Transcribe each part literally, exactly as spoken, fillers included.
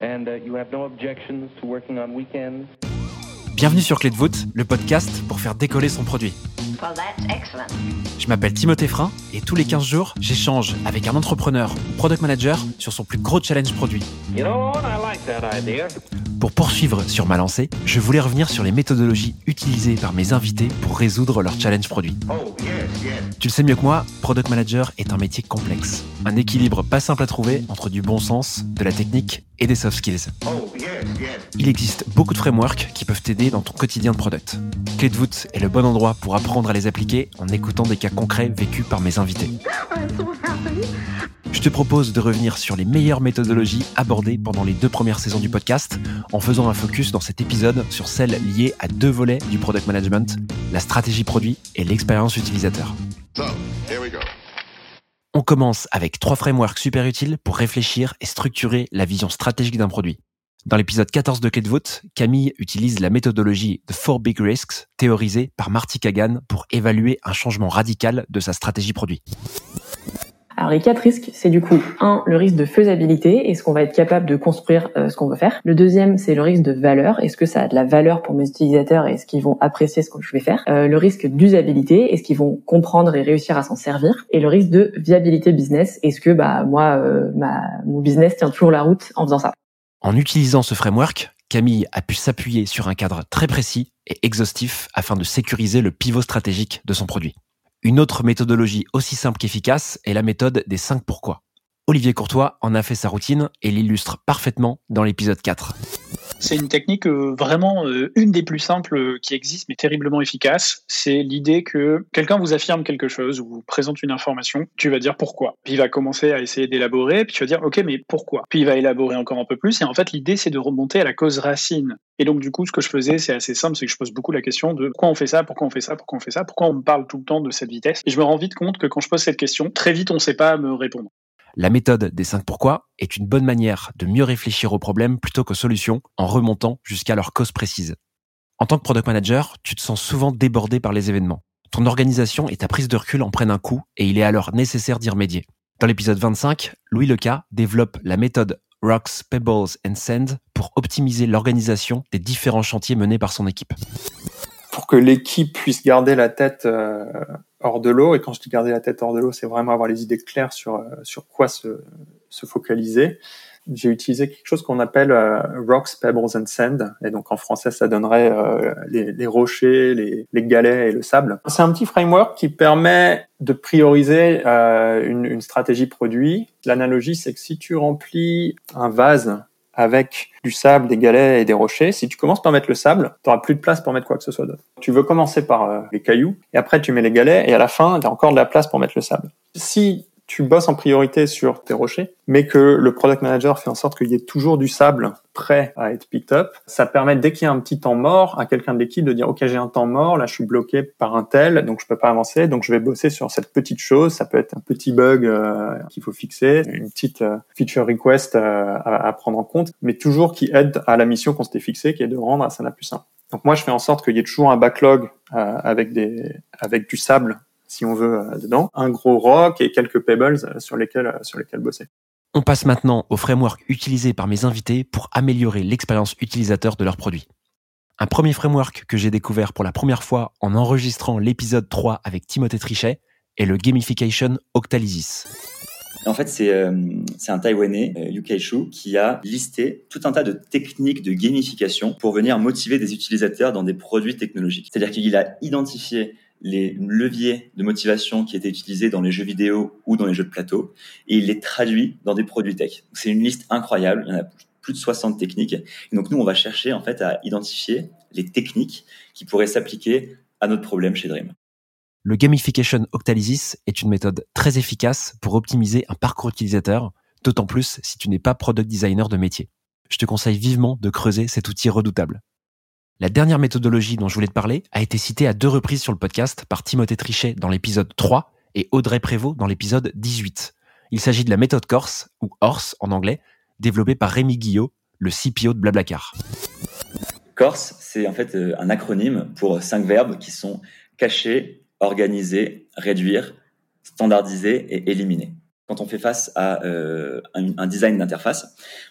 And uh, you have no objections to working on weekends? Bienvenue sur Clé de voûte, le podcast pour faire décoller son produit. Well, that's excellent. Je m'appelle Timothée Frein et tous les quinze jours, j'échange avec un entrepreneur ou product manager sur son plus gros challenge produit. You know what? I like that idea. Pour poursuivre sur ma lancée, je voulais revenir sur les méthodologies utilisées par mes invités pour résoudre leur challenge produit. Oh, yes, yes. Tu le sais mieux que moi, product manager est un métier complexe. Un équilibre pas simple à trouver entre du bon sens, de la technique et des soft skills. Oh, yes, yes. Il existe beaucoup de frameworks qui peuvent t'aider dans ton quotidien de product. Clé de voûte est le bon endroit pour apprendre à les appliquer en écoutant des cas concrets vécus par mes invités. Je te propose de revenir sur les meilleures méthodologies abordées pendant les deux premières saisons du podcast, en faisant un focus dans cet épisode sur celles liées à deux volets du product management, la stratégie produit et l'expérience utilisateur. So, here we go. On commence avec trois frameworks super utiles pour réfléchir et structurer la vision stratégique d'un produit. Dans l'épisode quatorze de Clé de voûte, Camille utilise la méthodologie The Four Big Risks, théorisée par Marty Kagan pour évaluer un changement radical de sa stratégie produit. Alors les quatre risques, c'est du coup un, le risque de faisabilité, est-ce qu'on va être capable de construire euh, ce qu'on veut faire. Le deuxième, c'est le risque de valeur, est-ce que ça a de la valeur pour mes utilisateurs et est-ce qu'ils vont apprécier ce que je vais faire. Euh, le risque d'usabilité, est-ce qu'ils vont comprendre et réussir à s'en servir. Et le risque de viabilité business, est-ce que bah moi, euh, ma, mon business tient toujours la route en faisant ça. En utilisant ce framework, Camille a pu s'appuyer sur un cadre très précis et exhaustif afin de sécuriser le pivot stratégique de son produit. Une autre méthodologie aussi simple qu'efficace est la méthode des cinq pourquoi. Olivier Courtois en a fait sa routine et l'illustre parfaitement dans l'épisode quatre. C'est une technique euh, vraiment euh, une des plus simples euh, qui existe, mais terriblement efficace. C'est l'idée que quelqu'un vous affirme quelque chose ou vous présente une information, tu vas dire pourquoi. Puis il va commencer à essayer d'élaborer, puis tu vas dire ok, mais pourquoi. Puis il va élaborer encore un peu plus, et en fait l'idée c'est de remonter à la cause racine. Et donc du coup ce que je faisais c'est assez simple, c'est que je pose beaucoup la question de pourquoi on fait ça, pourquoi on fait ça, pourquoi on fait ça, pourquoi on me parle tout le temps de cette vitesse. Et je me rends vite compte que quand je pose cette question, très vite on ne sait pas me répondre. La méthode des cinq pourquoi est une bonne manière de mieux réfléchir aux problèmes plutôt qu'aux solutions en remontant jusqu'à leur cause précise. En tant que product manager, tu te sens souvent débordé par les événements. Ton organisation et ta prise de recul en prennent un coup et il est alors nécessaire d'y remédier. Dans l'épisode vingt-cinq, Louis Leca développe la méthode Rocks, Pebbles and Sand pour optimiser l'organisation des différents chantiers menés par son équipe. Pour que l'équipe puisse garder la tête euh, hors de l'eau, et quand je dis garder la tête hors de l'eau, c'est vraiment avoir les idées claires sur euh, sur quoi se, se focaliser. J'ai utilisé quelque chose qu'on appelle euh, Rocks, Pebbles and Sand, et donc en français ça donnerait euh, les, les rochers, les, les galets et le sable. C'est un petit framework qui permet de prioriser euh, une, une stratégie produit. L'analogie, c'est que si tu remplis un vase avec du sable, des galets et des rochers, si tu commences par mettre le sable, tu n'auras plus de place pour mettre quoi que ce soit d'autre. Tu veux commencer par euh, les cailloux, et après tu mets les galets, et à la fin, tu as encore de la place pour mettre le sable. Si tu bosses en priorité sur tes rochers, mais que le product manager fait en sorte qu'il y ait toujours du sable prêt à être picked up, ça permet, dès qu'il y a un petit temps mort, à quelqu'un de l'équipe de dire « Ok, j'ai un temps mort, là je suis bloqué par un tel, donc je peux pas avancer, donc je vais bosser sur cette petite chose. » Ça peut être un petit bug euh, qu'il faut fixer, une petite euh, feature request euh, à, à prendre en compte, mais toujours qui aide à la mission qu'on s'était fixée, qui est de rendre ça la plus simple. Donc moi, je fais en sorte qu'il y ait toujours un backlog euh, avec des avec du sable, si on veut, euh, dedans, un gros rock et quelques pebbles euh, sur lesquels euh, sur lesquels bosser. On passe maintenant au framework utilisé par mes invités pour améliorer l'expérience utilisateur de leurs produits. Un premier framework que j'ai découvert pour la première fois en enregistrant l'épisode trois avec Timothée Trichet est le Gamification Octalysis. En fait, c'est, euh, c'est un Taïwanais, euh, Yu Kai-Shu, qui a listé tout un tas de techniques de gamification pour venir motiver des utilisateurs dans des produits technologiques. C'est-à-dire qu'il a identifié les leviers de motivation qui étaient utilisés dans les jeux vidéo ou dans les jeux de plateau, et il les traduit dans des produits tech. C'est une liste incroyable, il y en a plus de soixante techniques. Et donc nous, on va chercher en fait à identifier les techniques qui pourraient s'appliquer à notre problème chez Dream. Le Gamification Octalysis est une méthode très efficace pour optimiser un parcours utilisateur, d'autant plus si tu n'es pas product designer de métier. Je te conseille vivement de creuser cet outil redoutable. La dernière méthodologie dont je voulais te parler a été citée à deux reprises sur le podcast par Timothée Trichet dans l'épisode trois et Audrey Prévost dans l'épisode dix-huit. Il s'agit de la méthode Corse, ou Horse en anglais, développée par Rémi Guillot, le C P O de Blablacar. Corse, c'est en fait un acronyme pour cinq verbes qui sont cacher, organiser, réduire, standardiser et éliminer. Quand on fait face à euh, un, un design d'interface,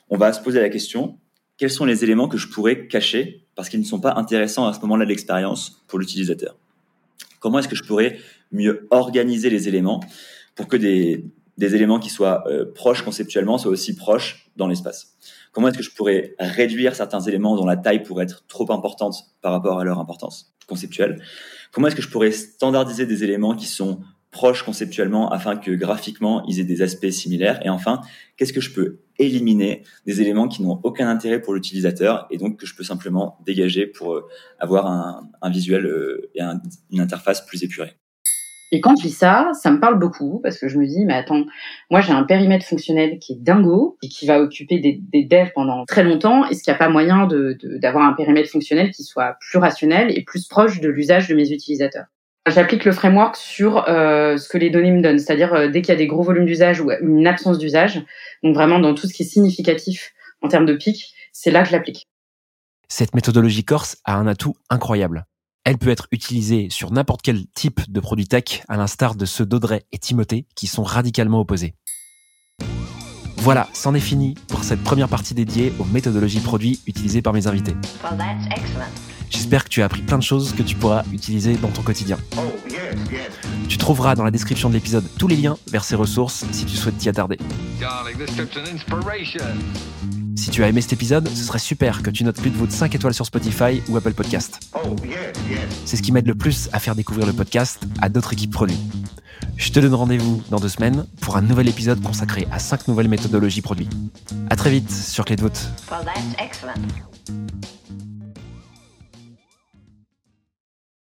on va se poser la question, quels sont les éléments que je pourrais cacher parce qu'ils ne sont pas intéressants à ce moment-là de l'expérience pour l'utilisateur? Comment est-ce que je pourrais mieux organiser les éléments pour que des, des éléments qui soient euh, proches conceptuellement soient aussi proches dans l'espace? Comment est-ce que je pourrais réduire certains éléments dont la taille pourrait être trop importante par rapport à leur importance conceptuelle? Comment est-ce que je pourrais standardiser des éléments qui sont proches conceptuellement afin que graphiquement ils aient des aspects similaires? Et enfin, qu'est-ce que je peux éliminer des éléments qui n'ont aucun intérêt pour l'utilisateur et donc que je peux simplement dégager pour euh, avoir un, un visuel euh, et un, une interface plus épurée? Et quand je lis ça, ça me parle beaucoup parce que je me dis, mais attends, moi j'ai un périmètre fonctionnel qui est dingo et qui va occuper des, des devs pendant très longtemps. Est-ce qu'il n'y a pas moyen de, de, d'avoir un périmètre fonctionnel qui soit plus rationnel et plus proche de l'usage de mes utilisateurs? J'applique le framework sur euh, ce que les données me donnent, c'est-à-dire euh, dès qu'il y a des gros volumes d'usage ou une absence d'usage, donc vraiment dans tout ce qui est significatif en termes de pic, c'est là que je l'applique. Cette méthodologie Corse a un atout incroyable. Elle peut être utilisée sur n'importe quel type de produit tech, à l'instar de ceux d'Audrey et Timothée, qui sont radicalement opposés. Voilà, c'en est fini pour cette première partie dédiée aux méthodologies produits utilisées par mes invités. Well, that's excellent. J'espère que tu as appris plein de choses que tu pourras utiliser dans ton quotidien. Oh, yes, yes. Tu trouveras dans la description de l'épisode tous les liens vers ces ressources si tu souhaites t'y attarder. Darling, this trip's an inspiration. Si tu as aimé cet épisode, ce serait super que tu notes plus de votre cinq étoiles sur Spotify ou Apple Podcast. Oh, yes, yes. C'est ce qui m'aide le plus à faire découvrir le podcast à d'autres équipes produits. Je te donne rendez-vous dans deux semaines pour un nouvel épisode consacré à cinq nouvelles méthodologies produits. À très vite sur Clé de voûte. Well, that's excellent.